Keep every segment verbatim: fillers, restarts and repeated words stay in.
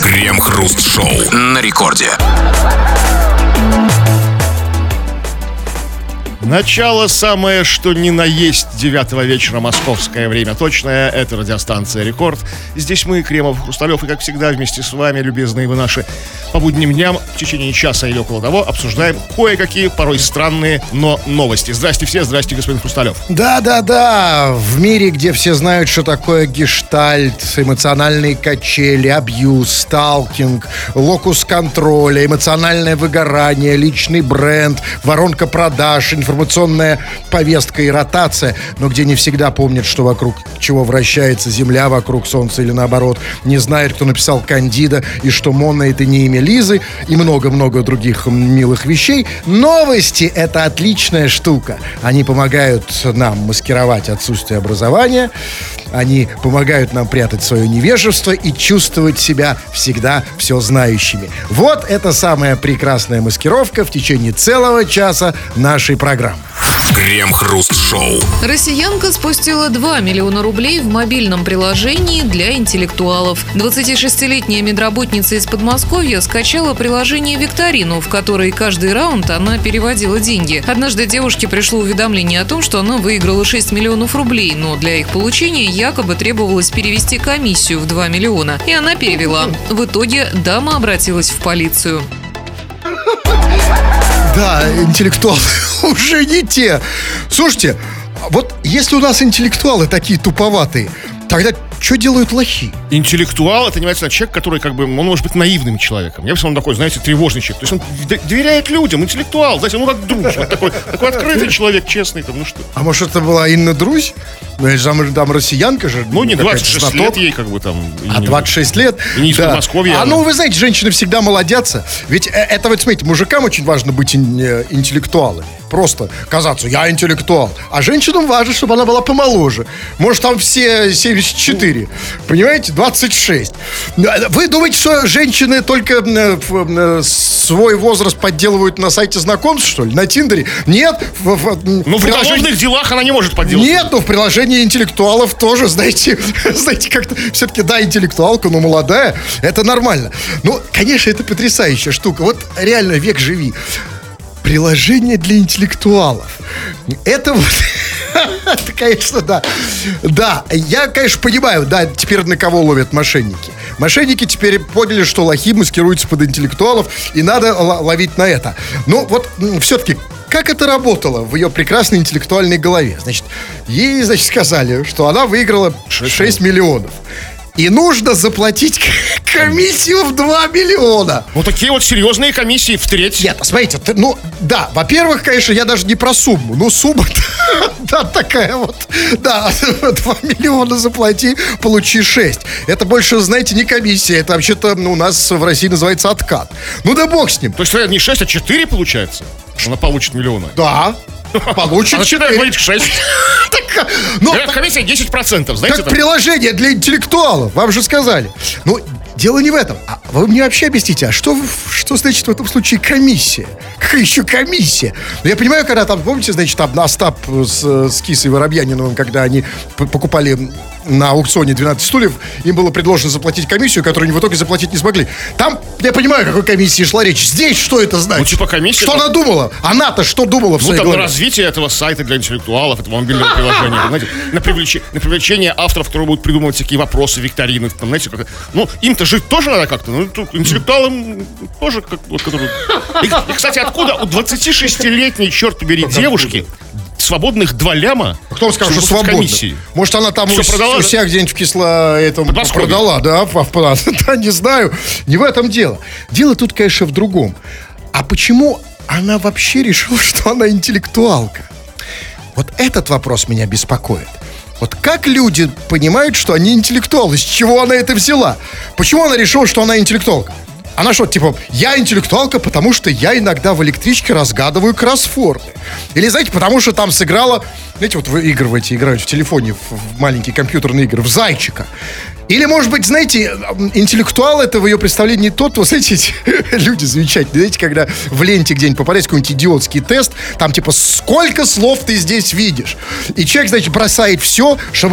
Крем-хруст-шоу на рекорде. Начало самое, что ни на есть девятого вечера, московское время точное. Это радиостанция «Рекорд». Здесь мы, Кремов, Хрусталев, и, как всегда, вместе с вами, любезные вы наши, по будним дням в течение часа или около того обсуждаем кое-какие, порой странные, но новости. Здрасте все, здрасте, господин Хрусталев. Да-да-да, в мире, где все знают, что такое гештальт, эмоциональные качели, абьюз, сталкинг, локус контроля, эмоциональное выгорание, личный бренд, воронка продаж, информационная повестка и ротация, но где не всегда помнят, что вокруг чего вращается Земля, вокруг Солнца или наоборот, не знают, кто написал Кандида и что Мона — это не имя Лизы, и много-много других милых вещей. Новости — это отличная штука. Они помогают нам маскировать отсутствие образования, они помогают нам прятать свое невежество и чувствовать себя всегда все знающими. Вот это самая прекрасная маскировка в течение целого часа нашей программы. Крем-хруст-шоу. Россиянка спустила два миллиона рублей в мобильном приложении для интеллектуалов. двадцатишестилетняя медработница из Подмосковья скачала приложение «Викторину», в которой каждый раунд она переводила деньги. Однажды девушке пришло уведомление о том, что она выиграла шесть миллионов рублей, но для их получения якобы требовалось перевести комиссию в два миллиона. И она перевела. В итоге дама обратилась в полицию. Да, интеллектуалы уже не те. Слушайте, вот если у нас интеллектуалы такие туповатые, тогда что делают лохи? Интеллектуал — это, понимаете, человек, который, как бы, он может быть наивным человеком. Я бы сказал, он такой, знаете, тревожный человек. То есть он доверяет людям, интеллектуал, знаете, ну как друг, вот такой, такой открытый человек, честный, там, ну что. А может, это была Инна Друзь? Ну, это же там, там россиянка же. Ну, не двадцать шесть лет ей, как бы, там. А двадцать шесть лет? И не из да. Подмосковья. А ну, вы знаете, женщины всегда молодятся. Ведь это, вот, смотрите, мужикам очень важно быть ин- интеллектуалами. Просто казаться, я интеллектуал. А женщинам важно, чтобы она была помоложе. Может, там все семьдесят четыре. Понимаете? двадцать шесть. Вы думаете, что женщины только свой возраст подделывают на сайте знакомств, что ли? На Тиндере? Нет. В, в, ну, в приложении... уголовных делах она не может подделать. Нет, но в приложении интеллектуалов тоже, знаете, знаете, как-то все-таки, да, интеллектуалка, но молодая. Это нормально. Ну, конечно, это потрясающая штука. Вот реально век живи. Приложение для интеллектуалов. Это вот... Это, конечно, да. Да, я, конечно, понимаю, да, теперь на кого ловят мошенники. Мошенники теперь поняли, что лохи маскируются под интеллектуалов, и надо л- ловить на это. Но вот все-таки, как это работало в ее прекрасной интеллектуальной голове? Значит, ей, значит, сказали, что она выиграла шесть миллионов. И нужно заплатить комиссию в два миллиона. Вот такие вот серьезные комиссии в треть. Нет, смотрите, ты, ну, да, во-первых, конечно, я даже не про сумму. Ну, сумма, да, такая вот. Да, два миллиона заплати, получи шесть. Это больше, знаете, не комиссия. Это вообще-то, ну, у нас в России называется откат. Ну, да бог с ним. То есть не шесть, а четыре получается? Она получит миллиона. Да. Получит четыре. шесть. Но, комиссия десять процентов, знаете? Как там? Приложение для интеллектуалов, вам же сказали. Ну, дело не в этом. А вы мне вообще объясните, а что, что значит в этом случае комиссия? Какая еще комиссия? Ну, я понимаю, когда там, помните, значит, там Остап с, с Кисой Воробьяниновым, когда они покупали на аукционе двенадцать стульев, им было предложено заплатить комиссию, которую они в итоге заплатить не смогли. Там, я понимаю, о какой комиссии шла речь. Здесь что это значит? Ну, типа комиссия. Что она думала? Она-то что думала в ну, своей там, голове? на развитие этого сайта для интеллектуалов, этого мобильного приложения, знаете, на, привлеч... на привлечение авторов, которые будут придумывать всякие вопросы, викторины, там, знаете, как... ну, им-то жить тоже надо как-то, ну, интеллектуалам тоже, как, вот, которые... И, и, кстати, откуда у двадцатишестилетней, черт побери, девушки свободных два ляма? А кто вам скажет, что свободно? Может, она там у, продала, у себя где-нибудь в кисло этом продала, да? Да, не знаю. Не в этом дело. Дело тут, конечно, в другом. А почему она вообще решила, что она интеллектуалка? Вот этот вопрос меня беспокоит. Вот как люди понимают, что они интеллектуалы? С чего она это взяла? Почему она решила, что она интеллектуалка? Она что, типа, я интеллектуалка, потому что я иногда в электричке разгадываю кроссворды. Или, знаете, потому что там сыграла... Знаете, вот вы игрываете, играете в телефоне, в маленькие компьютерные игры, в зайчика. Или, может быть, знаете, интеллектуал — это в ее представлении тот, вот, знаете, люди замечательные, знаете, когда в ленте где-нибудь попадается какой-нибудь идиотский тест, там, типа, сколько слов ты здесь видишь? И человек, значит, бросает все, чтобы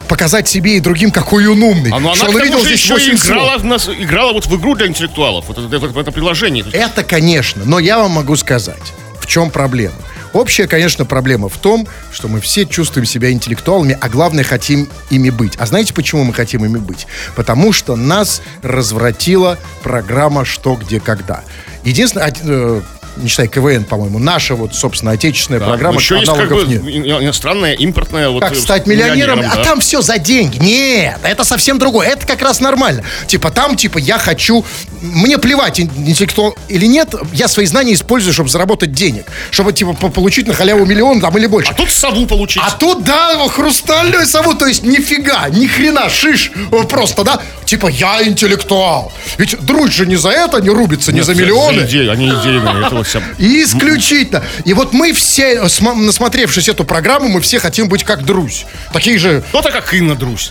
показать себе и другим, какой он умный. А ну она что к он тому увидел же здесь еще и восемь слов. играла, в нас- играла вот в игру для интеллектуалов, вот это, это- это приложение. Это, конечно, но я вам могу сказать, в чем проблема. Общая, конечно, проблема в том, что мы все чувствуем себя интеллектуалами, а главное, хотим ими быть. А знаете, почему мы хотим ими быть? Потому что нас развратила программа «Что, где, когда». Единственное, од- э, не считай КВН, по-моему, наша вот, собственно, отечественная Да, программа, но еще есть как аналогов бы нет. ин- иностранная, импортная. Вот, Как э, стать миллионером, а да. там все за деньги. Нет, это совсем другое. Это как раз нормально. Типа там, типа, я хочу... Мне плевать, ин- интеллектуал или нет, я свои знания использую, чтобы заработать денег. Чтобы, типа, по- получить на халяву миллион там или больше. А тут сову получить. А тут, да, хрустальную сову, то есть нифига, ни хрена, шиш, э, просто, да, типа я интеллектуал. Ведь дружь же не за это, не рубится, не Нет, за миллионы. За идею, они идейные. Это вот вся... Исключительно. И вот мы все, сма- насмотревшись эту программу, мы все хотим быть как Друзь. Такие же, Кто-то как Инна Друзь.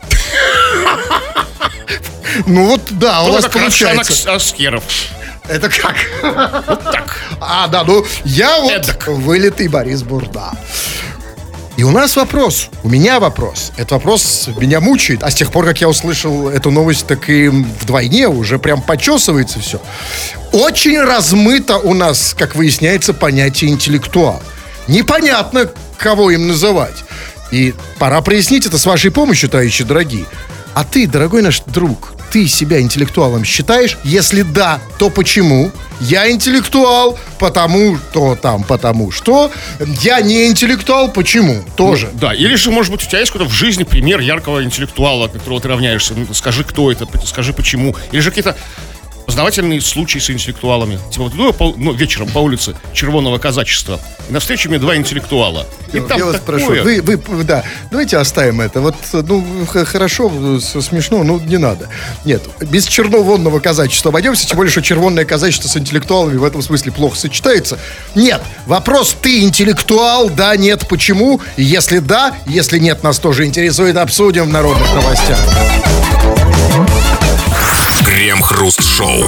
ну вот, да, у Кто-то вас как Равшан получается. Ас- Аскеров. Это как? Вот так. А, да, ну, я вот Эдак. вылитый Борис Бурда. И у нас вопрос, у меня вопрос. Этот вопрос меня мучает, а с тех пор, как я услышал эту новость, так и вдвойне уже прям почесывается все. Очень размыто у нас, как выясняется, понятие интеллектуал. Непонятно, кого им называть. И пора прояснить это с вашей помощью, товарищи дорогие. А ты, дорогой наш друг, ты себя интеллектуалом считаешь? Если да, то почему? Я интеллектуал, потому то там, потому что. Я не интеллектуал, почему? Тоже. Да, или же, может быть, у тебя есть какой-то в жизни пример яркого интеллектуала, от которого ты равняешься. Ну, скажи, кто это, скажи, почему. Или же какие-то познавательные случаи с интеллектуалами. Типа, вот иду я по- ну, вечером по улице Червоного казачества, и навстречу мне два интеллектуала. И там Я вас такое... прошу, вы, вы, да, давайте оставим это. Вот, ну, х- хорошо, с- смешно, ну, не надо. Нет, без черновонного казачества обойдемся, тем более, что червонное казачество с интеллектуалами в этом смысле плохо сочетается. Нет, вопрос, ты интеллектуал, да, нет, почему? Если да, если нет, нас тоже интересует, обсудим в народных новостях. Крем-хруст-шоу.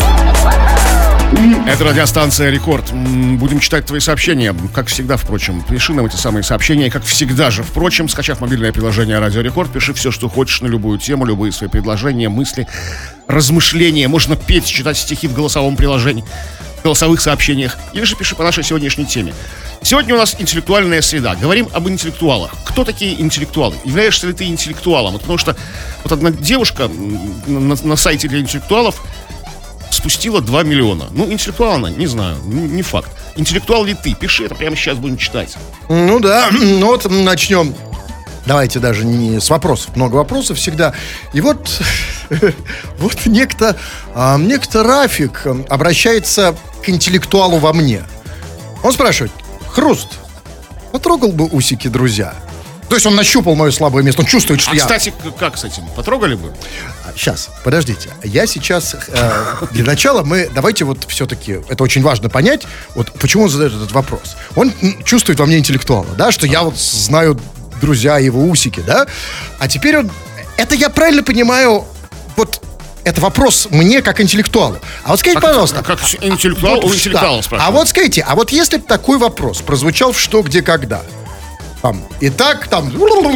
Это радиостанция «Рекорд». М, Будем читать твои сообщения. Как всегда, впрочем. Пиши нам эти самые сообщения. Как всегда же, впрочем, скачав мобильное приложение «Радио Рекорд», пиши все, что хочешь на любую тему, любые свои предложения, мысли, размышления. Можно петь, читать стихи в голосовом приложении, в голосовых сообщениях. Или же пиши по нашей сегодняшней теме. Сегодня у нас интеллектуальная среда. Говорим об интеллектуалах. Кто такие интеллектуалы? Являешься ли ты интеллектуалом? Вот потому что вот одна девушка м, на, на сайте для интеллектуалов спустила два миллиона. Ну, интеллектуал она, не знаю, н- не факт. Интеллектуал ли ты? Пиши, это прямо сейчас будем читать. Ну да, ну вот начнем. Давайте даже не с вопросов. Много вопросов всегда. И вот, вот некто, а, некто Рафик а, обращается к интеллектуалу во мне. Он спрашивает: Хруст, потрогал бы усики, друзья? То есть он нащупал мое слабое место, он чувствует, что А, я... кстати, к- как с этим? Потрогали бы? Сейчас, подождите. Я сейчас, э, для начала мы, давайте вот все-таки, это очень важно понять, вот почему он задает этот вопрос. Он м, чувствует во мне интеллектуала, да, что я вот знаю, друзья, его усики, да. А теперь он, это я правильно понимаю, вот это вопрос мне как интеллектуалу. А вот скажите, Как- пожалуйста. как интеллектуал вот, у интеллектуала да. спрашивает. А вот скажите, а вот если бы такой вопрос прозвучал в «Что, где, когда», там, итак, там,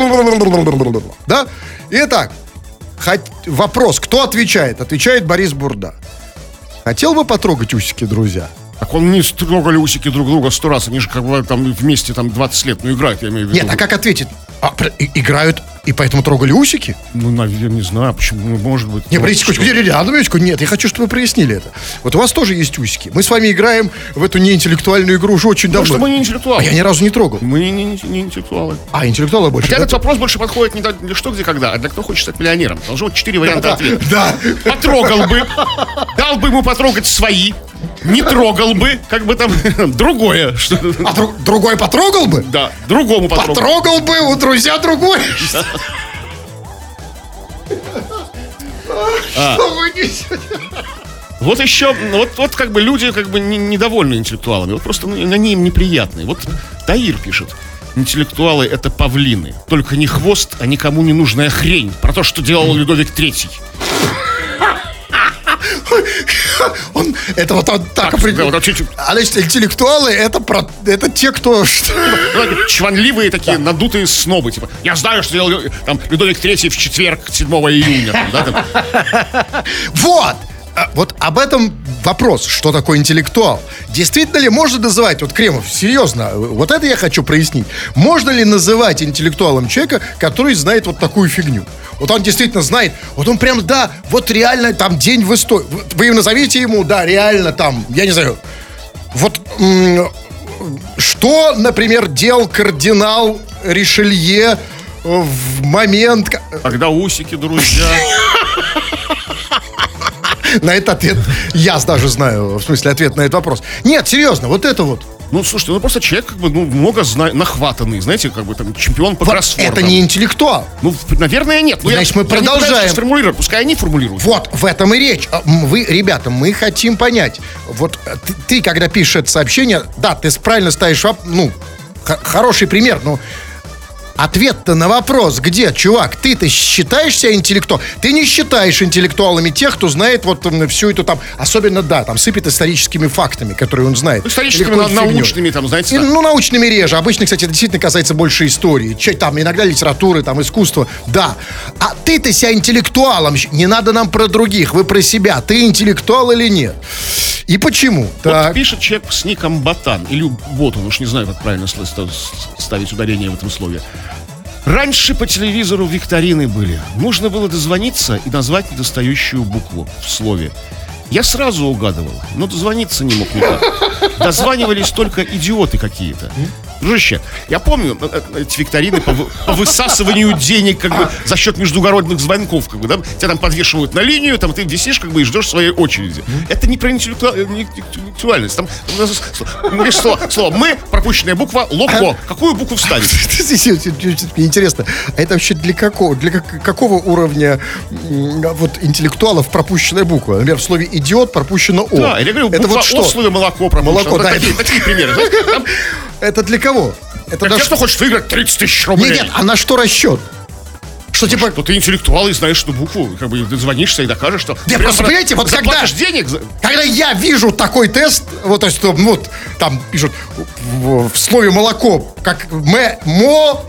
да, итак, хот... вопрос, кто отвечает? Отвечает Борис Бурда. Хотел бы потрогать усики, друзья? Так он не трогали усики друг друга сто раз, они же как бы там вместе там двадцать лет, ну играют, я имею в виду. Нет, а как ответить? А, пр- и- играют, и поэтому трогали усики? Ну, наверное, не знаю, почему, ну, может быть. Не, ну, подождите, что? не, не, не, одну минуточку, нет, я хочу, чтобы вы прояснили это. Вот у вас тоже есть усики. Мы с вами играем в эту неинтеллектуальную игру уже очень Потому давно. что мы не интеллектуалы. А я ни разу не трогал. Мы не, не- не интеллектуалы. А, интеллектуалы больше. Хотя да? этот вопрос больше подходит не для что, где, когда, а для кто хочет стать миллионером. Должно быть четыре варианта Да, ответа. да. Потрогал бы, дал бы ему потрогать свои, не трогал бы, как бы там, другое. Что, А дру- другой потрогал бы? да, другому потрогал. Потрогал бы у друзья другой. Что вы несете? Вот еще, вот, вот как бы люди как бы не- недовольны интеллектуалами. Вот просто ну, они им неприятны. Вот Таир пишет: интеллектуалы — это павлины. Только не хвост, а никому не нужная хрень. Про то, что делал Людовик Третий. Он, это вот он так Так, определил. да, вот чуть-чуть. А значит, интеллектуалы это, про, это те, кто... Чванливые такие, надутые снобы. Типа, я знаю, что делал там, Людовик третий в четверг, седьмого июня. Там, да, там. Вот! А, Вот об этом вопрос, что такое интеллектуал. Действительно ли можно называть, вот, Кремов, серьезно, вот это я хочу прояснить. Можно ли называть интеллектуалом человека, который знает вот такую фигню? Вот он действительно знает, вот он прям, да, вот реально там день в истории. Вы им назовите ему, да, реально там, я не знаю, вот м- что, например, делал кардинал Ришелье в момент... ка- Когда усики, друзья. На этот ответ я даже знаю, в смысле, ответ на этот вопрос. Нет, серьезно, вот это вот. Ну, слушайте, ну просто человек как бы ну, много зна- нахватанный, знаете, как бы там чемпион по Вот кроссвордам. это не интеллектуал. Ну, в- наверное, нет. Ну, Значит, я, мы я не пытаюсь продолжаем. сформулировать, пускай они формулируют. Вот, в этом и речь. А, м, Вы, ребята, мы хотим понять. Вот э, ты, ты, когда пишешь это сообщение, да, ты правильно ставишь, воп- ну, х- хороший пример, но ответ-то на вопрос, где, чувак, ты-то считаешь себя интеллектуалом? Ты не считаешь интеллектуалами тех, кто знает вот м, всю эту там, особенно, да, там, сыпет историческими фактами, которые он знает. Историческими, Или какой-то на- фигней. научными, там, знаете, И, да. ну, научными реже. Обычно, кстати, это действительно касается больше истории. Че- Там иногда литературы, там, искусства. Да. А ты-то себя интеллектуалом. щ- Не надо нам про других. Вы про себя. Ты интеллектуал или нет? И почему? Вот Так. пишет человек с ником Ботан, или Ботан, уж не знаю, как правильно сл- ста- ставить ударение в этом слове. Раньше по телевизору викторины были. Нужно было дозвониться и назвать недостающую букву в слове. Я сразу угадывал, но дозвониться не мог никак. Дозванивались только идиоты какие-то. Дружище, я помню э, э, эти викторины по, вы- по высасыванию денег как бы за счет междугородных звонков, как бы, да? Тебя там подвешивают на линию, там ты висишь как бы и ждешь своей очереди. Это не про интеллектуа- э, не интеллектуальность. Там у нас с- говоришь слово, слово «мы», пропущенная буква «локо». Какую букву вставить? Мне интересно, а это вообще для какого, для как- какого уровня м, вот интеллектуалов пропущенная буква? Например, в слове идиот пропущено О. Да, я говорю, это буква вот «о» что? в слове «молоко» пропущено. Молоко, Вот да, такие, это- такие примеры. Знаете, там, Это для кого? Это как на те, что? кто хочет выиграть тридцать тысяч рублей. Нет, нет, а на что расчет? Что типа... То ты интеллектуал и знаешь эту букву, как бы дозвонишься и докажешь, что... Да ты просто, прям понимаете, вот когда- заплатишь денег... за- Когда я вижу такой тест, вот, то есть, ну, вот, там пишут в, в слове молоко, как м, мо,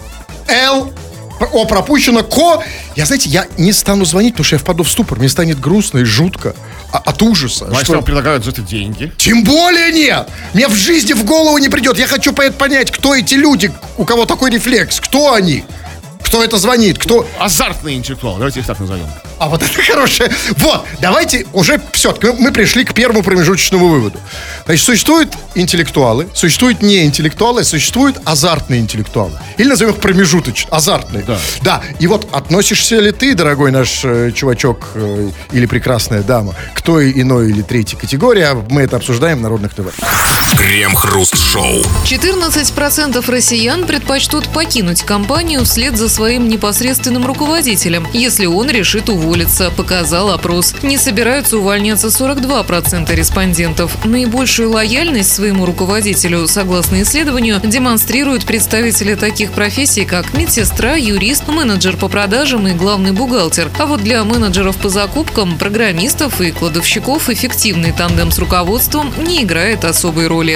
л, о пропущено, ко, я, знаете, я не стану звонить, потому что я впаду в ступор, мне станет грустно и жутко а- от ужаса. Ну, а если что- вам предлагают за это деньги? Тем более нет! Мне в жизни в голову не придет. Я хочу по- понять, кто эти люди, у кого такой рефлекс, кто они, кто это звонит, кто... Азартные интеллектуалы, давайте их так назовем. А вот это хорошее. Вот, давайте уже все, мы пришли к первому промежуточному выводу. Значит, существуют интеллектуалы, существуют неинтеллектуалы, существуют азартные интеллектуалы. Или назовем их промежуточные, азартные. Да. Да, и вот относишься ли ты, дорогой наш э, чувачок э, или прекрасная дама, к той, иной или третьей категории, а мы это обсуждаем в Народных ТВ. Крем-хруст-шоу. четырнадцать процентов россиян предпочтут покинуть компанию вслед за своим непосредственным руководителем, если он решит уволиться, показал опрос. Не собираются увольняться сорок два процента респондентов. Наибольшую лояльность своему руководителю, согласно исследованию, демонстрируют представители таких профессий, как медсестра, юрист, менеджер по продажам и главный бухгалтер. А вот для менеджеров по закупкам, программистов и кладовщиков эффективный тандем с руководством не играет особой роли.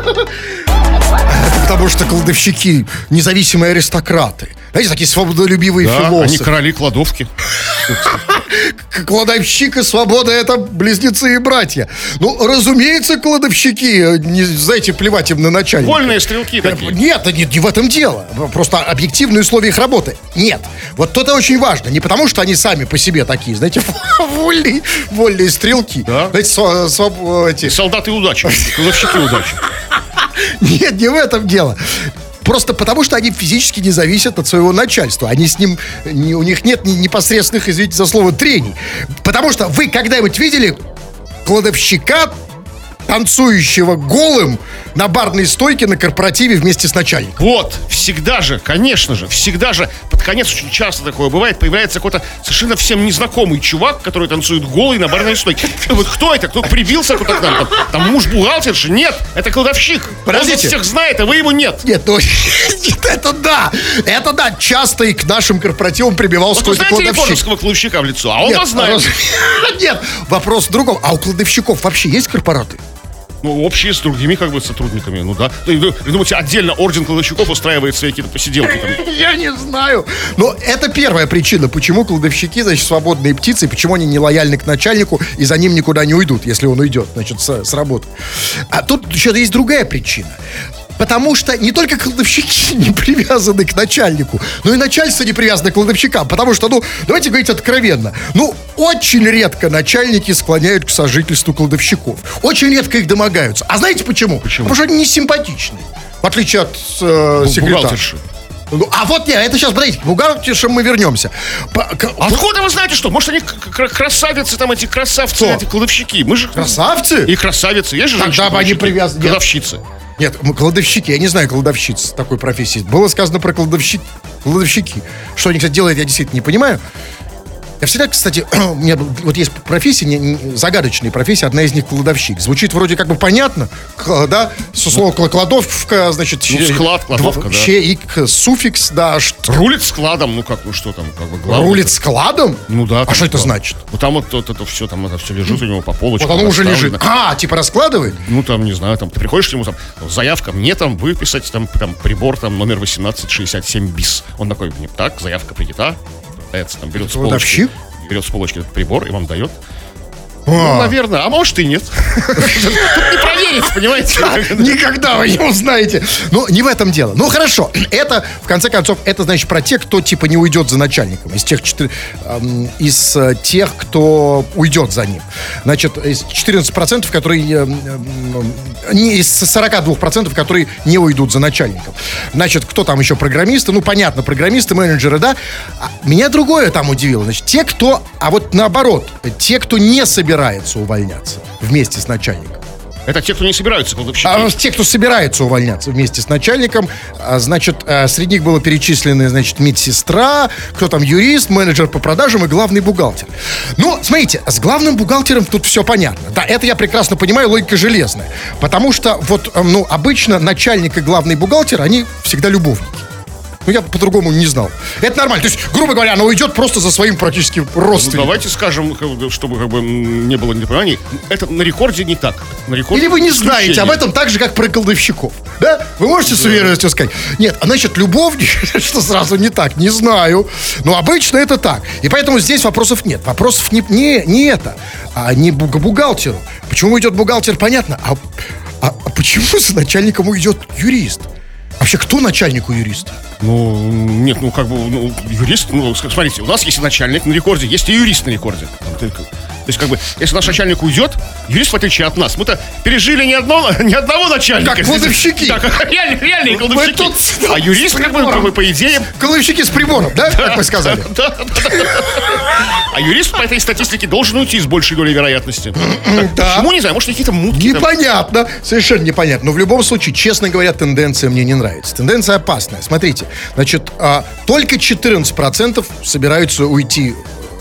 Потому что кладовщики независимые аристократы. Знаете, такие свободолюбивые Да, философы. они короли кладовки. К- Кладовщик и свобода — это близнецы и братья. Ну, разумеется, кладовщики, не, знаете, плевать им на начальника. Вольные стрелки такие. Нет, не, не в этом дело. Просто объективные условия их работы. Нет. Вот это очень важно. Не потому, что они сами по себе такие, знаете, вольные, вольные стрелки. Да. Знаете, сва- своб- эти- Солдаты удачи, кладовщики удачи. Нет, не в этом дело. Просто потому, что они физически не зависят от своего начальства. Они с ним, не- у них нет ни- непосредственных, извините за слово, трений. Потому что вы когда-нибудь видели кладовщика танцующего голым на барной стойке на корпоративе вместе с начальником. Вот, всегда же, конечно же, всегда же, под конец очень часто такое бывает, появляется какой-то совершенно всем незнакомый чувак, который танцует голый на барной стойке. Вот кто это? Кто прибился кто-то к нам? Там, там муж бухгалтерши? Нет, это кладовщик. Подождите. Он вас всех знает, а вы его нет. Нет, ну, это да, это да, часто и к нашим корпоративам прибивался Вот вы какой-то знаете кладовщик. японского кладовщика в лицо, а он Нет, вас знает. вопрос- Нет, вопрос в другом. А у кладовщиков вообще есть корпораты? Ну, общие с другими как бы сотрудниками, ну да. Вы, вы думаете, отдельно орден кладовщиков устраивает свои какие-то посиделки там? Я не знаю. Но это первая причина, почему кладовщики, значит, свободные птицы, и почему они не лояльны к начальнику и за ним никуда не уйдут, если он уйдет, значит, с, с работы. А тут еще есть другая причина. Потому что не только кладовщики не привязаны к начальнику, но и начальство не привязано к кладовщикам. Потому что, ну, давайте говорить откровенно, ну, очень редко начальники склоняют к сожительству кладовщиков. Очень редко их домогаются. А знаете почему? Почему? Потому что они не симпатичные. В отличие от э, секретарши. Бухгалтерши. Ну, а вот нет, это сейчас, смотрите, к бухгалтершам мы вернемся. По- к- Откуда вы знаете что? Может, они к- к- красавицы, там эти красавцы, Кто? эти кладовщики? Мы же... Красавцы? И красавицы, есть же Тогда женщины бы они кладовщики? привязаны. Кладовщицы. Нет, мы кладовщики, я не знаю кладовщиц такой профессии. Было сказано про кладовщи... кладовщики. Что они, кстати, делают, я действительно не понимаю. Я всегда, кстати, у меня вот есть профессии, не- не- загадочные профессии, одна из них кладовщик. Звучит вроде как бы понятно, к- да, со слова кла- кладовка, значит... Ну, щ- склад, кладовка, дво- да. щ- и к- суффикс, да, что... Рулит складом, ну как, ну что там, как бы главное. Рулит складом? Ну да. А там что это главное. значит? Вот там вот, вот это все, там это все лежит у него по полочкам. Вот оно уже расставлено. лежит. А, типа раскладывает? Ну, там, не знаю, там, ты приходишь к нему, там, заявка, мне там выписать, там, там, прибор, там, номер восемнадцать шестьдесят семь бис. Он такой, мне так, заявка принята, пытается, там, берет с полочки, Кладовщик? берет с полочки этот прибор и вам дает. А. Ну, наверное, а может и нет. Тут не проверить, понимаете? Никогда вы не узнаете. Ну, не в этом дело. Ну, хорошо. Это, в конце концов, это, значит, про тех, кто, типа, не уйдет за начальником. Из тех, четы- эм, из э, тех, кто уйдет за ним. Значит, из четырнадцати процентов, которые... эм, эм, не, из сорока двух процентов, которые не уйдут за начальником. Значит, кто там еще? Программисты? Ну, понятно, программисты, менеджеры, да. А меня другое там удивило. Значит, те, кто... А вот наоборот, те, кто не собирается увольняться вместе с начальником. Это те, кто не собираются кладовщики. А те, кто собирается увольняться вместе с начальником, а, значит, а, среди них было перечислены, значит, медсестра, кто там, юрист, менеджер по продажам и главный бухгалтер. Ну, смотрите, с главным бухгалтером тут все понятно. Да, это я прекрасно понимаю, логика железная. Потому что, вот, э, ну, обычно начальник и главный бухгалтер, они всегда любовники. Ну, я по-другому не знал. Это нормально. То есть, грубо говоря, она уйдет просто за своим практически Ну, родственником. давайте скажем, как бы, чтобы как бы м, не было недопониманий, это на рекорде не так. На рекорде Или вы не знаете исключение. об этом так же, как про колдовщиков. Да? Вы можете с уверенностью сказать? Нет, а значит, любовник, что сразу не так, не знаю. Но обычно это так. И поэтому здесь вопросов нет. Вопросов не, не, не это, а не бу- к бухгалтеру. Почему идет бухгалтер, понятно. А, а, а почему за начальником уйдет юрист? Вообще, кто начальник у юриста? Ну, нет, ну, как бы, ну, юрист, ну, с- смотрите, у нас есть и начальник на рекорде, есть и юрист на рекорде. Там только- То есть, как бы, если наш начальник уйдет, юрист, в отличие от нас, мы-то пережили ни, одно, ни одного начальника. Как кладовщики. Да, как реальные, реальные кладовщики. тут А юрист, как бы, как бы, по идее... Колдовщики с прибором, да? Как вы сказали? Да, да, да. А юрист по этой статистике должен уйти с большей долей вероятности. Так, Да. Почему, не знаю, может, какие-то мутки там. Непонятно, совершенно непонятно. Но в любом случае, честно говоря, тенденция мне не нравится. Тенденция опасная. Смотрите, значит, а, только четырнадцать процентов собираются уйти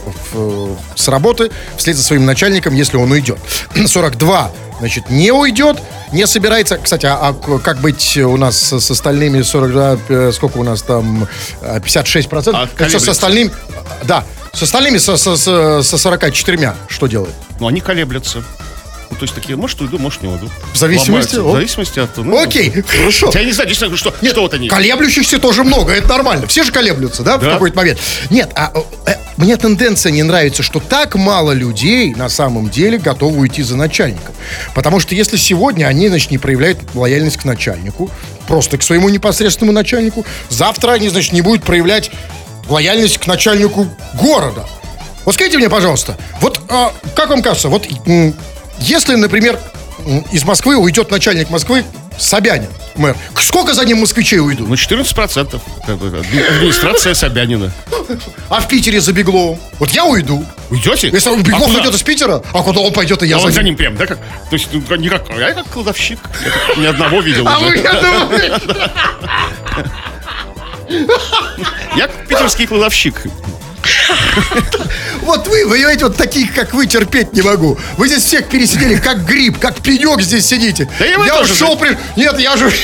в- с работы вслед за своим начальником, если он уйдет. сорок два, значит, не уйдет, не собирается. Кстати, а, а к- как быть у нас с, с остальными сорок два, э, сколько у нас там, э, пятьдесят шесть процентов? А, Что с колеблется. остальными, да, с остальными, со, со, со, со сорока четырьмя что делают? Ну, они колеблются. Ну, то есть такие, может, уйду, может, не уйду. В зависимости Ломаются. от- В зависимости от... ну, Окей, хорошо. Я не знаю, действительно, что, Нет, что вот они... колеблющихся тоже много, это нормально. Все же колеблются, да, в Да. какой-то момент. Нет, а э, мне тенденция не нравится, что так мало людей на самом деле готовы уйти за начальником. Потому что если сегодня они, значит, не проявляют лояльность к начальнику, просто к своему непосредственному начальнику, завтра они, значит, не будут проявлять лояльность к начальнику города. Вот скажите мне, пожалуйста, вот а, как вам кажется, вот м, если, например, м, из Москвы уйдет начальник Москвы Собянин, мэр. Сколько за ним москвичей уйдут? Ну, четырнадцать процентов. Администрация Собянина. А в Питере за Бегловым? Вот я уйду. Уйдете? Если он Беглов а уйдет из Питера, а куда он пойдет, и я а за он за ним. ним прям, да? Как? То есть, ну, не как, я как кладовщик. Я как ни одного видел А уже. вы, я думаю... Я питерский кладовщик. Вот вы, вы понимаете, вот таких, как вы, терпеть не могу. Вы здесь всех пересидели, как гриб, как пенек здесь сидите. Да и вы я тоже, ушел да? при... Нет, я же...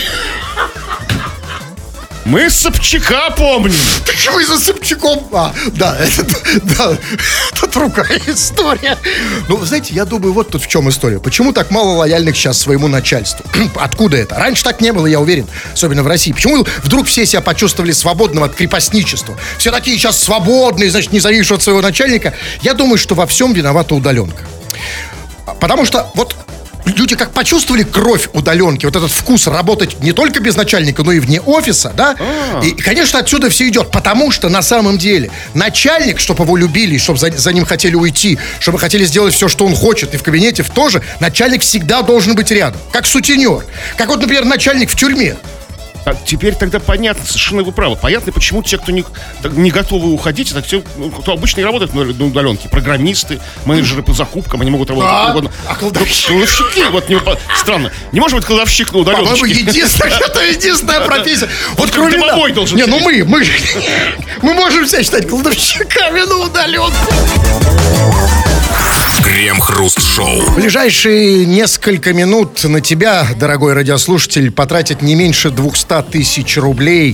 Мы Собчака помним. Так вы за Собчаком... А, да, это, да, это другая история. Ну, знаете, я думаю, вот тут в чем история. Почему так мало лояльных сейчас своему начальству? Откуда это? Раньше так не было, я уверен. Особенно в России. Почему вдруг все себя почувствовали свободным от крепостничества? Все такие сейчас свободные, значит, не зависят от своего начальника. Я думаю, что во всем виновата удаленка. Потому что вот... Люди как почувствовали кровь удаленки, вот этот вкус работать не только без начальника, но и вне офиса, да? А-а-а. И, конечно, отсюда все идет, потому что на самом деле начальник, чтобы его любили, чтобы за, за ним хотели уйти, чтобы хотели сделать все, что он хочет, и в кабинете в тоже, начальник всегда должен быть рядом, как сутенер, как вот, например, начальник в тюрьме. А теперь тогда понятно, совершенно вы правы. Понятно, почему те, кто не, не готовы уходить, это те, кто обычно и работает на удаленке. Программисты, менеджеры по закупкам, они могут работать а, угодно. А кладовщики? Кладовщики, вот не, странно. Не может быть кладовщик на удаленке. По-моему, единственная, это единственная профессия. Вот кроме домовой должен Не, ну сидеть. мы, мы, мы можем себя считать кладовщиками на удаленку. Крем-хруст-шоу. В ближайшие несколько минут на тебя, дорогой радиослушатель, потратят не меньше двести тысяч рублей,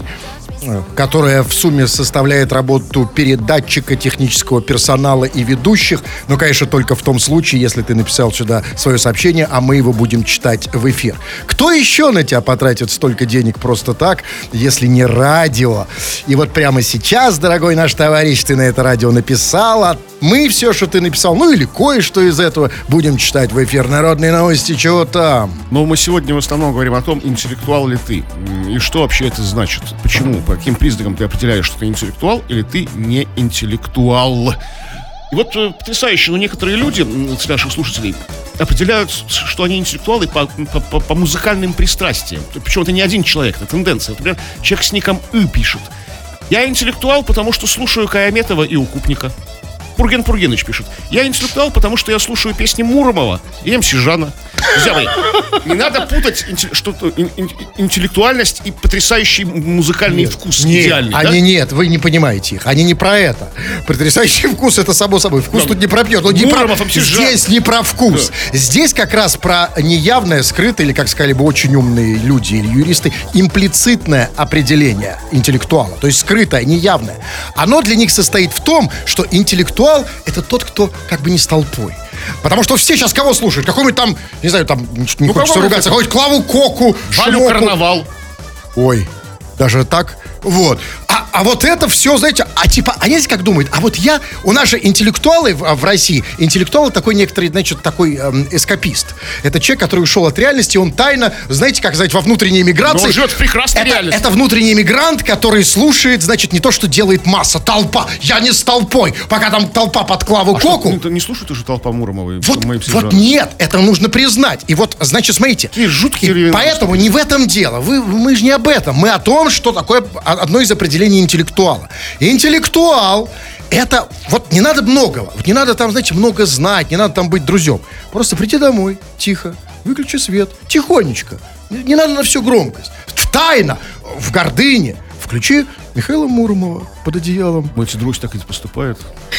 которая в сумме составляет работу передатчика, технического персонала и ведущих. Но, конечно, только в том случае, если ты написал сюда свое сообщение, а мы его будем читать в эфир. Кто еще на тебя потратит столько денег просто так, если не радио? И вот прямо сейчас, дорогой наш товарищ, ты на это радио написал, а мы все, что ты написал, ну или кое-что из этого, будем читать в эфир. Народные новости, чего там? Но мы сегодня в основном говорим о том, интеллектуал ли ты. И что вообще это значит? Почему? По каким признакам ты определяешь, что ты интеллектуал или ты не интеллектуал? И вот э, потрясающе, но некоторые люди, с наших слушателей, определяют, что они интеллектуалы по, по, по музыкальным пристрастиям. Причем это не один человек, это тенденция. Например, человек с ником «ы» пишет: «Я интеллектуал, потому что слушаю Каяметова и Укупника». Пурген Пургеныч пишет: «Я интеллектуал, потому что я слушаю песни Муромова и эм си Жана». Друзья мои, не надо путать что-то, интеллектуальность и потрясающий музыкальный Нет, вкус. нет, Идеальный, они да? нет, вы не понимаете их. Они не про это. Потрясающий вкус — это само собой. Вкус Да. тут не пропьет. Он не про... Муромов, эм си Жан. Здесь не про вкус. Да. Здесь как раз про неявное, скрытое, или, как сказали бы очень умные люди или юристы, имплицитное определение интеллектуала. То есть скрытое, неявное. Оно для них состоит в том, что интеллектуал — это тот, кто как бы не с толпой. Потому что все сейчас кого слушают? Какой-нибудь там, не знаю, там, не Ну, хочется кого ругаться, какой-нибудь Клаву Коку, Валю Шмоку. Карнавал. Ой, даже так? Вот. А, а вот это все, знаете, а типа, а знаете, как думают? А вот я, у нас же интеллектуалы в, в России, интеллектуал такой некоторый, значит, такой эм, эскапист. Это человек, который ушел от реальности, он тайно, знаете, как сказать, во внутренней эмиграции. Но он живет в прекрасной это, реальности. это внутренний эмигрант, который слушает, значит, не то, что делает масса, толпа. Я не с толпой. Пока там толпа под Клаву А Коку. что, не, не слушает уже толпа Муромова и Вот, эм си вот Жана? нет, это нужно признать. И вот, значит, смотрите. Какие жуткие И времена. поэтому не в этом дело. Вы, мы же не об этом. Мы о том, что такое одно из определений интеллектуала. Интеллектуал — это... Вот не надо многого. Вот не надо там, знаете, много знать, не надо там быть друзьям. Просто приди домой, тихо, выключи свет, тихонечко. Не, не надо на всю громкость. В тайно, в гордыне. Включи Михаила Муромова под одеялом. Мой друг так и поступает.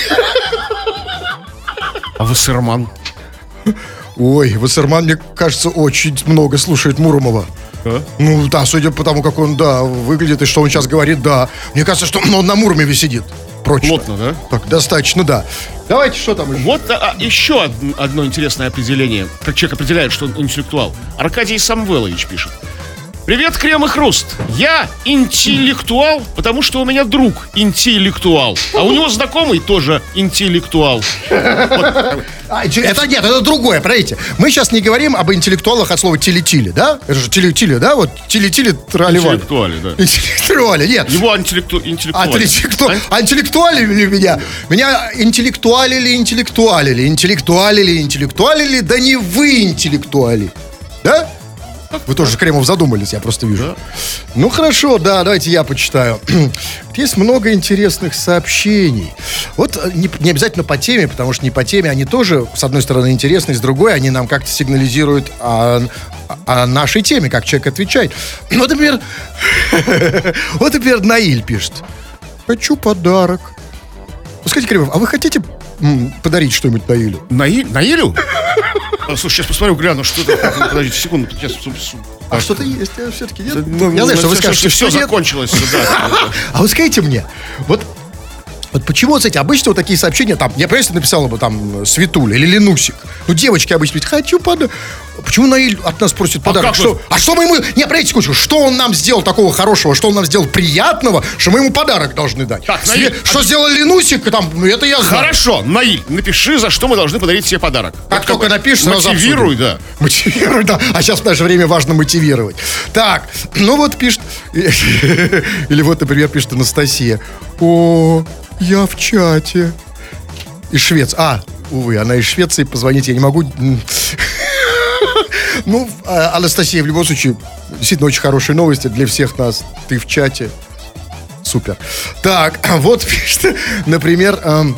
А Вассерман? Ой, Вассерман, мне кажется, очень много слушает Муромова. А? Ну да, судя по тому, как он, да, выглядит и что он сейчас говорит, да. Мне кажется, что он на Муромове сидит. Прочно. Плотно, да? Так, достаточно, да. Давайте, что там еще? Вот а, а, еще од- одно интересное определение. Как человек определяет, что он интеллектуал. Аркадий Самвелович пишет: «Привет, Крем и Хруст. Я интеллектуал, потому что у меня друг интеллектуал. А у него знакомый тоже интеллектуал». А, это нет, это другое, смотрите. Мы сейчас не говорим об интеллектуалах от слова тили-тили, да? Это же тили-тили, да? Вот тили-тили трали-вали. Интеллектуали, да. Интеллектуали, нет. Его интеллекту... А, интеллектуал. интеллекту... а интеллектуалили меня? Меня интеллектуалили, интеллектуалили, интеллектуалили, интеллектуалили, да не вы интеллектуали. Да? Вы тоже, Кремов, задумались, я просто вижу. Да. Ну, хорошо, да, давайте я почитаю. Есть много интересных сообщений. Вот не, не обязательно по теме, потому что не по теме, они тоже, с одной стороны, интересны, с другой, они нам как-то сигнализируют о, о нашей теме, как человек отвечает. Вот, например, вот, например, Наиль пишет. Хочу подарок. Скажите, Кремов, а вы хотите м, подарить что-нибудь Наилю? Наиль? Наилю? Слушай, сейчас посмотрю, гляну, что это. Подождите, секунду. Сейчас, а что-то есть, все-таки нет? Ну, я знаю, что вы скажете, все что закончилось. Да. А вы скажите мне, вот, вот почему, кстати, обычно вот такие сообщения, там, я, просто написала бы там Светуля или Ленусик, ну, девочки обычно говорят, хочу подарок. Почему Наиль от нас просит подарок? А, что, а что мы ему... Не, подождите секундочку, что он нам сделал такого хорошего, что он нам сделал приятного, что мы ему подарок должны дать? Так, Све... Наиль, что а... сделал Ленусик, там, ну, это я знаю. Хорошо, Наиль, напиши, за что мы должны подарить себе подарок. Как вот только напишешь, сразу мотивируй, да. Мотивируй, да. А сейчас в наше время важно мотивировать. Так, ну вот пишет... Или вот, например, пишет Анастасия. О, я в чате. Из Швеции. А, увы, она из Швеции, позвонить я не могу... Ну, Анастасия, в любом случае, действительно очень хорошие новости для всех нас. Ты в чате. Супер. Так, вот пишет, например, эм,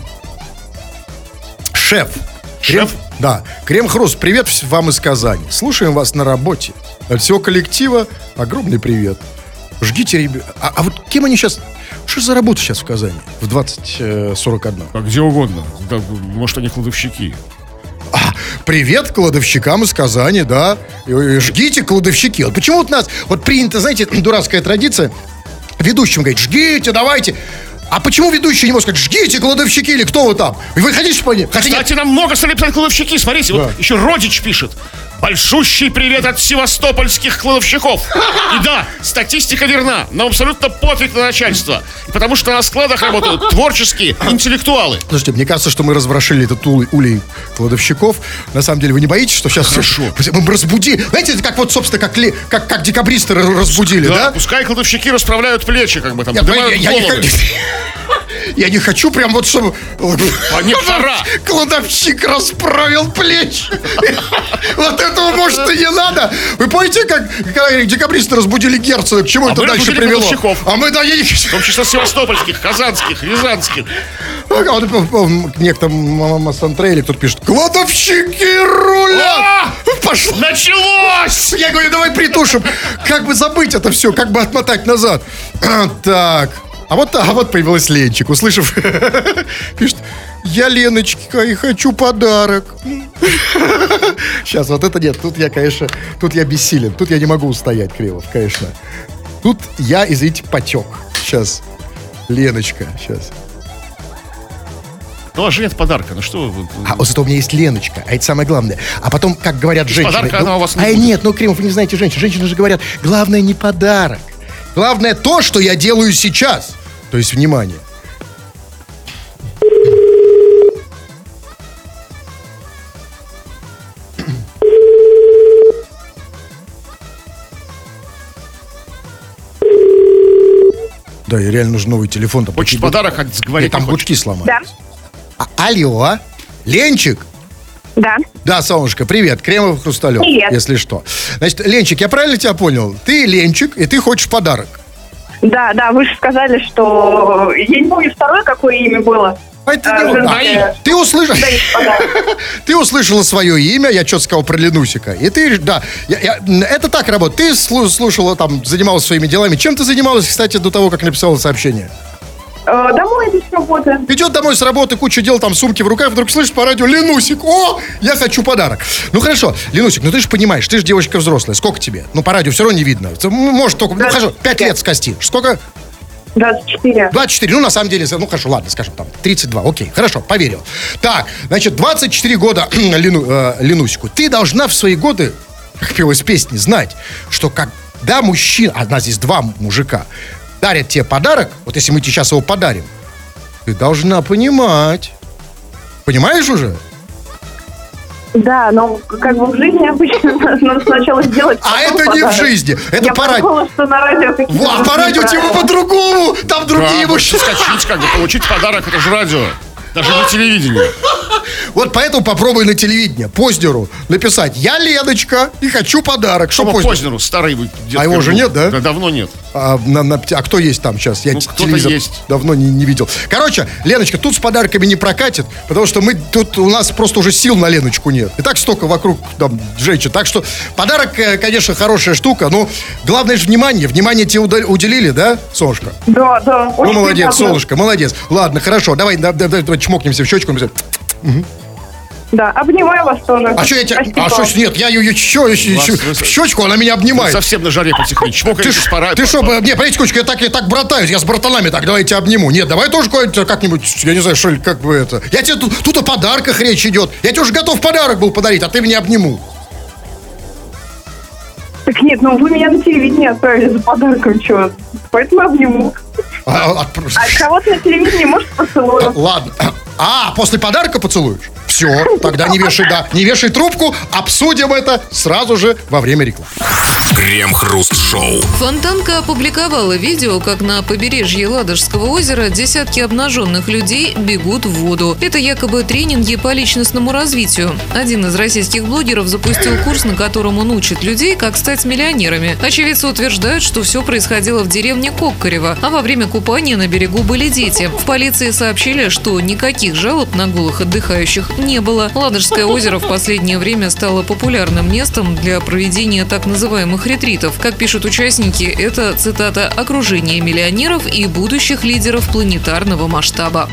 шеф. Шеф? Крем, да. Крем-хруст, привет вам из Казани. Слушаем вас на работе. От всего коллектива огромный привет. Жгите, ребят. А, а вот кем они сейчас... Что за работа сейчас в Казани? В двадцать сорок один. А где угодно. Да, может, они кладовщики. А, привет кладовщикам из Казани, да. Жгите, кладовщики. Вот почему вот у нас вот принято, знаете, дурацкая традиция ведущим говорить, жгите, давайте. А почему ведущий не может сказать, жгите, кладовщики, или кто вы там? И вы хотите по ним? Кстати, нет? Нам много стали писать кладовщики, смотрите, да. Вот еще Родич пишет. Большущий привет от севастопольских кладовщиков. И да, статистика верна. Нам абсолютно пофиг на начальство. Потому что на складах работают творческие интеллектуалы. Слушайте, мне кажется, что мы разворошили этот улей, улей кладовщиков. На самом деле, вы не боитесь, что сейчас... Хорошо. Мы разбудили. Знаете, это как вот, собственно, как, ли, как, как декабристы разбудили, да? Да, пускай кладовщики расправляют плечи, как бы там, я, поднимают я, я, головы. Я не хочу прям вот, чтобы... А не пора. Кладовщик расправил плечи. Вот этого, может, и не надо. Вы помните, как когда декабристы разбудили Герцена, к чему а это дальше привело? А мы, да, я не хочу. В том числе севастопольских, казанских, рязанских. А вот некто Массантрейлик тут пишет, кладовщики рулят. Пошло. Началось. Я говорю, давай притушим. Как бы забыть это все, как бы отмотать назад. Так. А вот, а вот появилась Ленчик, услышав, пишет, я Леночка и хочу подарок. Сейчас, вот это нет, тут я, конечно, тут я бессилен, тут я не могу устоять, Кремов, конечно. Тут я, извините, потек. Сейчас, Леночка, сейчас. Ну, а же нет подарка, ну что вы... А вот зато у меня есть Леночка, а это самое главное. А потом, как говорят женщины... Подарка ну, она у вас не А будет. Нет, ну, Кремов, вы не знаете женщин. Женщины же говорят, главное не подарок. Главное то, что я делаю сейчас. То есть, внимание. Да, и реально нужен новый телефон. Там хочет подарок, а говорить там бучки сломались. Да. А, алло, Ленчик? Да. Да, солнышко, привет, Кремов, Хрусталев. Привет. Если что. Значит, Ленчик, я правильно тебя понял? Ты Ленчик, и ты хочешь подарок. Да, да, вы же сказали, что... Я не помню второе, какое имя было. А это а, не... а, ты, услыш... ты услышала свое имя, я что-то сказал про Ленусика. И ты, да, я, я, это так работает. Ты слушала, там, занималась своими делами. Чем ты занималась, кстати, до того, как написала сообщение? Домой иду с работы. Идет домой с работы, куча дел, там сумки в руках, вдруг слышишь по радио: Ленусик, о, я хочу подарок. Ну хорошо, Ленусик, ну ты же понимаешь, ты же девочка взрослая, сколько тебе? Ну по радио все равно не видно. Может только, ну хорошо, пять лет скости. Сколько? двадцать четыре. двадцать четыре, ну на самом деле, ну хорошо, ладно, скажем там, тридцать два, окей, хорошо, поверил. Так, значит, двадцать четыре года Лену, э, Ленусику. Ты должна в свои годы, как пелось в песне, знать, что когда мужчина, а нас здесь два мужика, дарят тебе подарок, вот если мы тебе сейчас его подарим, ты должна понимать. Понимаешь уже? Да, но как бы в жизни обычно надо сначала сделать. А это подарок. Не в жизни, это я по радио. что на радио какие-то... Во, а по радио типа по-другому, там другие да, мужчины. Скачать, как бы, получить подарок, это же радио. Даже на телевидении. Вот поэтому попробуй на телевидении Познеру написать: я Леночка и хочу подарок. Что Что Познеру? Познеру, старый вы дед А его как уже был. нет, да? Да, давно нет. А, на- на- а кто есть там сейчас? Я Ну, т- кто-то телевизор есть. давно не, не видел. Короче, Леночка, тут с подарками не прокатит, потому что мы тут у нас просто уже сил на Леночку нет. И так столько вокруг там женщин. Так что подарок, э, конечно, хорошая штука, но главное же внимание. Внимание тебе уда- уделили, да, Солнышко? Да, да. Ну, очень молодец, приятно. Солнышко, молодец. Ладно, хорошо, давай, да- да- да- давай чмокнемся в щечку. Да, обнимаю вас тоже. А что я тебя... Спасибо. А что ж нет, я ее еще, еще, Вас- еще вы- в щечку, она меня обнимает. Совсем на жаре потихоньку. Ты, Чмокаетесь, ж- пора. ты что, не, подождите, кучка, я так, я так братаюсь, я с братанами так, давай я тебя обниму. Нет, давай тоже какой-нибудь, как-нибудь, я не знаю, что ли, как бы это. Я тебе тут, тут о подарках речь идет. Я тебе уже готов подарок был подарить, а ты меня обниму. Так нет, ну вы меня на телевидение отправили за подарком, что? Поэтому обниму. А, а, А кого-то на телевидении, может, поцелую. ладно. А, после подарка поцелуешь? Все, тогда не вешай, да, не вешай трубку, обсудим это сразу же во время рекламы. Крем-хруст-шоу. Фонтанка опубликовала видео, как на побережье Ладожского озера десятки обнаженных людей бегут в воду. Это якобы тренинги по личностному развитию. Один из российских блогеров запустил курс, на котором он учит людей, как стать миллионерами. Очевидцы утверждают, что все происходило в деревне Коккарево, а во время купания на берегу были дети. В полиции сообщили, что никаких жалоб на голых отдыхающих не было. Ладожское озеро в последнее время стало популярным местом для проведения так называемых ретритов. Как пишут участники, это, цитата, «окружение миллионеров и будущих лидеров планетарного масштаба».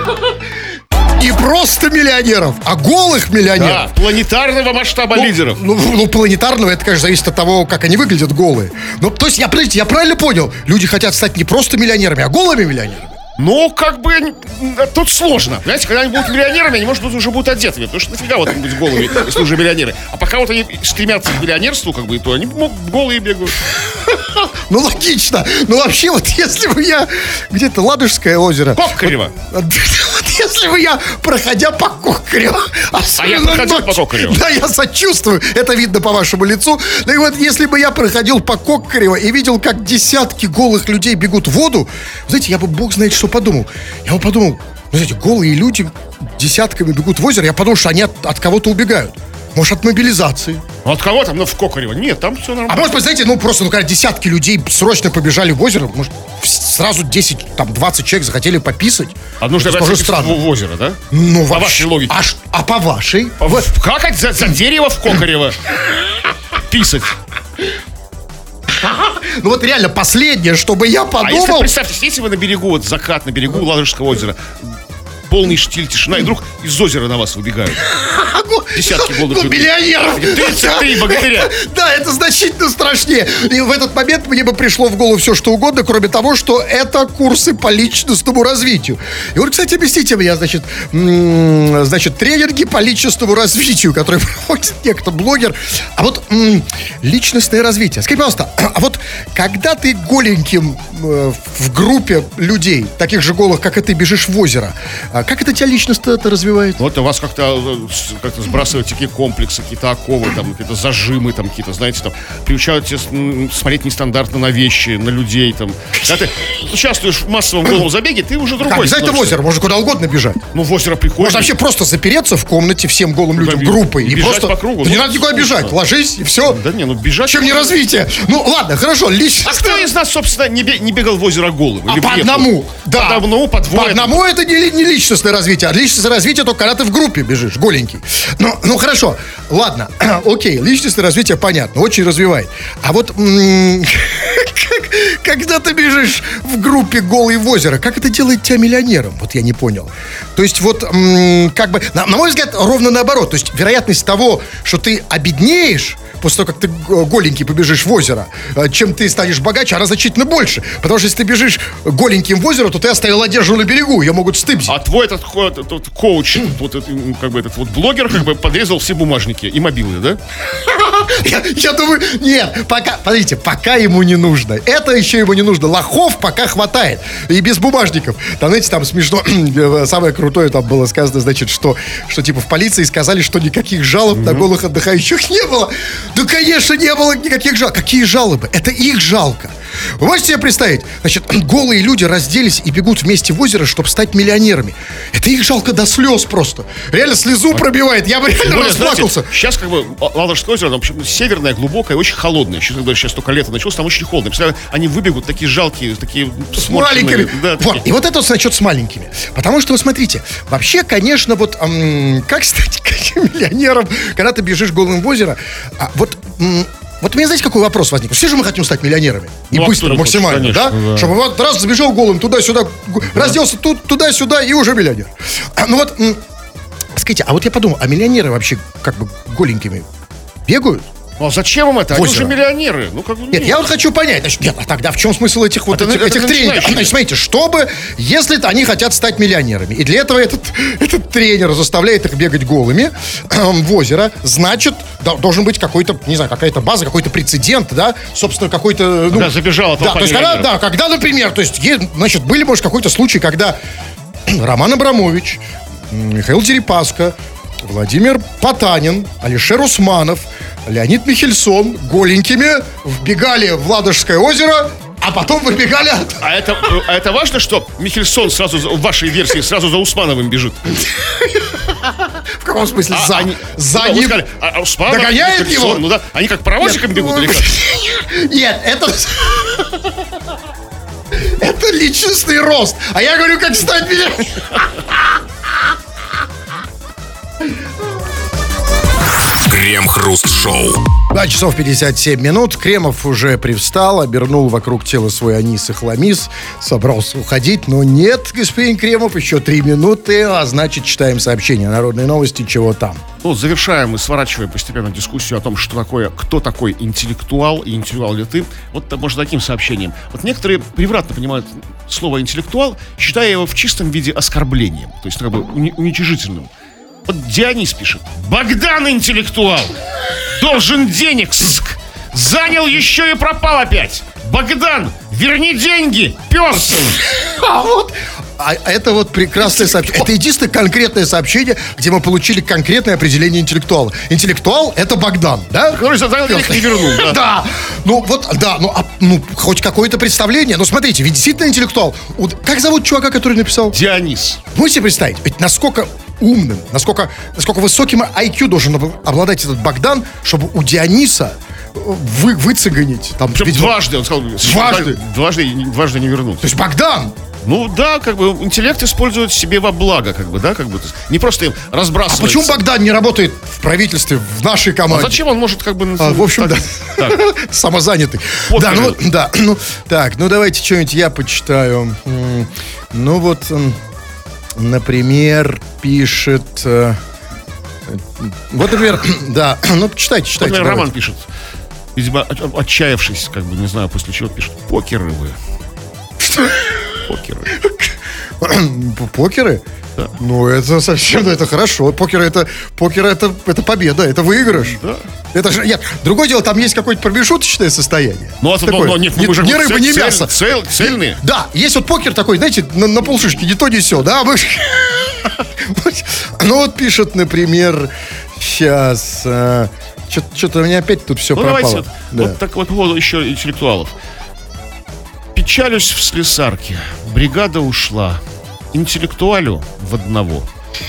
И просто миллионеров, а голых Да, миллионеров. планетарного масштаба лидеров. Ну, ну, планетарного, это, конечно, зависит от того, как они выглядят голые. Ну, то есть, я, подождите, я правильно понял? Люди хотят стать не просто миллионерами, а голыми миллионерами. Ну, как бы, м, тут сложно. Знаете, когда они будут миллионерами, они, может быть, уже будут одетыми. Потому что нафига вот им быть голыми, если уже миллионеры. А пока вот они стремятся к миллионерству, как бы, то они м, голые бегают. Ну, логично. Ну, вообще, вот если бы я... Где-то Ладожское озеро. Коккарево. Вот, вот если бы я, проходя по Коккареву... А я проходил по Коккареву. Да, я сочувствую. Это видно по вашему лицу. Так вот, если бы я проходил по Коккарево и видел, как десятки голых людей бегут в воду, знаете, я бы, бог знает, что подумал. Я бы подумал, ну, знаете, голые люди десятками бегут в озеро, я подумал, что они от, от кого-то убегают. Может, от мобилизации. Ну, от кого там? Ну, в Коккарево. Нет, там все А нормально. может быть, знаете, ну просто, ну, когда десятки людей срочно побежали в озеро, может, сразу десять, там, двадцать человек захотели пописать. А нужно Это опять тоже в, странно. в озеро, да? Ну, По вообще. вашей логике. А, ш- а по вашей? В- Как это за, за дерево в Коккарево писать? Ну вот реально последнее, чтобы я А если, подумал... представьте, сидите вы на берегу, вот закат на берегу Ладожского озера, полный штиль, тишина, и вдруг из озера на вас выбегают. Десятки голых Ну, людей. миллионеров. тридцать три богатыря. Да, это значительно страшнее. И в этот момент мне бы пришло в голову все, что угодно, кроме того, что это курсы по личностному развитию. И вот, кстати, объясните мне, значит, м, значит, тренинги по личностному развитию, которые проводит некто блогер. А вот м, личностное развитие. Скажи, пожалуйста, а вот когда ты голеньким э, в группе людей, таких же голых, как и ты, бежишь в озеро, а как это тебя личность это развивает? Вот у вас как-то э, с- как-то сбрасывают такие комплексы, какие-то оковы, там, какие-то зажимы, там, какие-то, знаете, там, приучают тебя с- м, смотреть нестандартно на вещи, на людей, там. Когда ты участвуешь в массовом голом забеге, ты уже другой. Как, обязательно в становишься. озеро, можно куда угодно бежать. Ну, в озеро приходишь. Можно вообще просто запереться в комнате всем голым людям, и- группой. и И, бежать просто... по кругу. Да не Ну, надо никуда скучно. бежать. Ложись, и все. Да не, ну бежать... Чем не развитие? Ну, ладно, хорошо, А лично. кто из нас, собственно, не, бе- не бегал в озеро голым? А Или по в реку? одному, да. По одному, по двое. По одному это не, ли- не личностное развитие, а личностное развитие только когда ты в группе бежишь, голенький. Ну, ну хорошо, ладно, окей, личностное развитие понятно, очень развивает. А вот м, как- когда ты бежишь в группе голый в озеро, как это делает тебя миллионером? Вот я не понял. То есть вот м, как бы, на, на мой взгляд, ровно наоборот. То есть вероятность того, что ты обеднеешь после того, как ты г- голенький побежишь в озеро, э, чем ты станешь богаче, она значительно больше. Потому что если ты бежишь голеньким в озеро, то ты оставил одежду на берегу, ее могут стыбзить. А твой этот, ко- этот вот коуч, вот этот, м, как бы этот вот блогер, как бы подрезал все бумажники и мобилы, да? Я, я думаю, нет, пока, подождите, пока ему не нужно. Это еще ему не нужно. Лохов пока хватает. И без бумажников. Там, знаете, там смешно, самое крутое там было сказано, значит, что, что типа в полиции сказали, что никаких жалоб на голых отдыхающих не было. Да, конечно, не было никаких жалоб. Какие жалобы? Это их жалко. Вы можете себе представить? Значит, голые люди разделись и бегут вместе в озеро, чтобы стать миллионерами. Это их жалко до слез просто. Реально слезу пробивает. Я бы реально Более, расплакался. знаете, сейчас как бы Ладожское озеро, оно общем, северное, глубокое, очень холодное. Сейчас, когда сейчас только лето началось, там очень холодно. Представляю, они выбегут такие жалкие, такие с маленькими. Да, вот. И вот это вот значит с маленькими. Потому что, вы смотрите, вообще, конечно, вот эм, как стать миллионером, когда ты бежишь голым в озеро, а, вот... М, Вот у меня, знаете, какой вопрос возник? Все же мы хотим стать миллионерами. И ну, быстро, максимально, хочет, конечно, да? да? Чтобы вот раз забежал голым туда-сюда, да. разделся тут, туда-сюда и уже миллионер. А, ну вот, м- скажите, а вот я подумал, а миллионеры вообще как бы голенькими бегают? Ну а зачем им это? Они Озеро. уже миллионеры. Ну, как бы, Нет, нет. я вот хочу понять, значит, нет, а тогда в чем смысл этих вот Это- этих, это этих тренеров? начинающие. Значит, смотрите, чтобы, если они хотят стать миллионерами, и для этого этот, этот тренер заставляет их бегать голыми эм, в озеро, значит, да, должен быть какой-то, не знаю, какая-то база, какой-то прецедент, да, собственно, какой-то... Ну, Да, забежала да, толпа то есть, когда, миллионеров. да, когда, например, то есть, е- значит, были, может, какой-то случай, когда Роман Абрамович, Михаил Дерипаска, Владимир Потанин, Алишер Усманов, Леонид Михельсон голенькими вбегали в Ладожское озеро, а потом выбегали от... А это, а это важно, что Михельсон сразу, за- в вашей версии, сразу за Усмановым бежит? В каком смысле? А за они- за ну, вы ним. сказали, а Усманов, Догоняет Михельсон, его? Ну да, они как паровозиком Нет, бегут ну, или как? Нет, это... Это личностный рост. А я говорю, как стать миллионером. Крем-хруст-шоу. два часов пятьдесят семь минут. Кремов уже привстал, обернул вокруг тела свой анис и хламис. Собрался уходить, но нет, господин Кремов, еще три минуты. А значит, читаем сообщение «Народные новости», чего там. Ну, завершаем и сворачиваем постепенно дискуссию о том, что такое, кто такой интеллектуал и интеллектуал ли ты. Вот, может, таким сообщением. Вот некоторые превратно понимают слово интеллектуал, считая его в чистом виде оскорблением, то есть как бы уни- уничижительным. Вот Дионис пишет: Богдан интеллектуал, должен денег, ск, занял еще и пропал опять. Богдан, верни деньги, пес. А вот, а это вот прекрасное сообщение. Это единственное конкретное сообщение, где мы получили конкретное определение интеллектуала. Интеллектуал — это Богдан, да? Который занял денег и вернул. Да. Да, ну вот, да, ну, а, ну хоть какое-то представление. Ну смотрите, ведь действительно интеллектуал. Вот как зовут чувака, который написал? Дионис. Можете представить, ведь насколько умным, насколько, насколько высоким ай кью должен об- обладать этот Богдан, чтобы у Диониса вы, выцеганить. Там, Причем видимо, дважды, он сказал, Дважды? Дважды, и не- дважды не вернул. То есть Богдан. Ну да, как бы интеллект используют себе во благо, как бы, да, как бы. То есть не просто им А разбрасывается. почему Богдан не работает в правительстве, в нашей А команде? зачем он может как бы... А, в общем, так- да. так. Самозанятый. Покер. Да, ну, вот, да, ну, так, ну, давайте что-нибудь я почитаю. М, Ну, вот, м, например, пишет... э, э, Вот, например, да, ну, читайте, Вот, читайте. например, Роман давайте. пишет, видимо, от- отчаявшись, как бы, не знаю, после чего пишет: покеры вы. Покеры. П- Покеры? Да. Ну, это совсем, ну, это хорошо. Покер это, покер это, это победа, это выигрыш. Да. Это же, нет, другое дело, там есть какое-то промежуточное состояние. Ну, а тут, Такое. ну, нет, ни, мы же ни вот рыба, цель- ни цель- мясо. цель- цельные. Да, есть вот покер такой, знаете, на, на полшишки, ни то, ни сё, да, мы ж- Ну, вот пишет, например, сейчас, что-то у меня опять тут все Ну, пропало. давайте вот, Да. вот так вот по поводу еще интеллектуалов. Печалюсь в слесарке. Бригада ушла. Интеллектуалю в одного.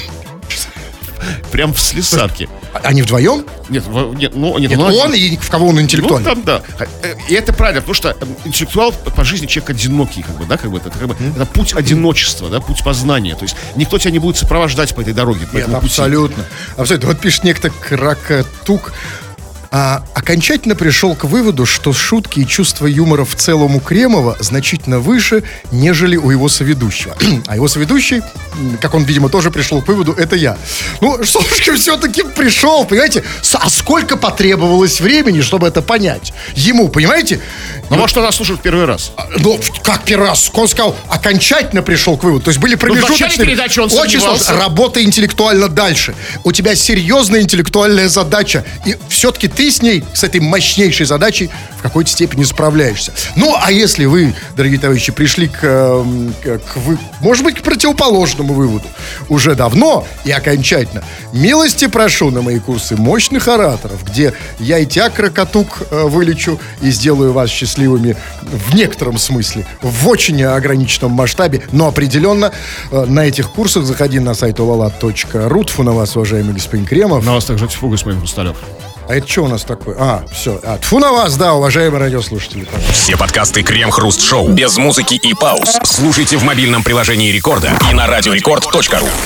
Прям в слесарке. А- Они вдвоем? Нет, в- нет, ну, нет, Нет, ну, он и в кого он Ну, интеллектуальный? там, да. Э, И это правильно, потому что э, интеллектуал по жизни человек одинокий, как бы, да, как бы это, как бы, это путь одиночества, да, путь познания. То есть никто тебя не будет сопровождать по этой дороге, по Нет, этому пути. абсолютно. Абсолютно. Вот пишет некто Кракатук. А, окончательно пришел к выводу, что шутки и чувство юмора в целом у Кремова значительно выше, нежели у его соведущего. А его соведущий, м, как он, видимо, тоже пришел к выводу, это я. Ну, Сошка все-таки пришел, понимаете? С- А сколько потребовалось времени, чтобы это понять? Ему, понимаете? Ну, может, она слушает в первый раз. Ну, в- как первый раз? Он сказал, окончательно пришел к выводу. То есть были промежуточные... начале передачи он Очень сомневался. сложно. Работа интеллектуально дальше. У тебя серьезная интеллектуальная задача. И все-таки ты с ней, с этой мощнейшей задачей в какой-то степени справляешься. Ну, а если вы, дорогие товарищи, пришли к, к, к вы, может быть, к противоположному выводу уже давно и окончательно, милости прошу на мои курсы мощных ораторов, где я и тебя, крокотук, вылечу и сделаю вас счастливыми в некотором смысле, в очень ограниченном масштабе, но определенно на этих курсах заходи на сайт олалат точка ру. Тьфу на вас, уважаемый господин Кремов. На вас также тьфу, господин Хрусталев. А это что у нас такое? А, все. А, тьфу на вас, да, уважаемые радиослушатели. Все подкасты Крем-Хруст Шоу без музыки и пауз слушайте в мобильном приложении Рекорда и на радиорекорд точка ру.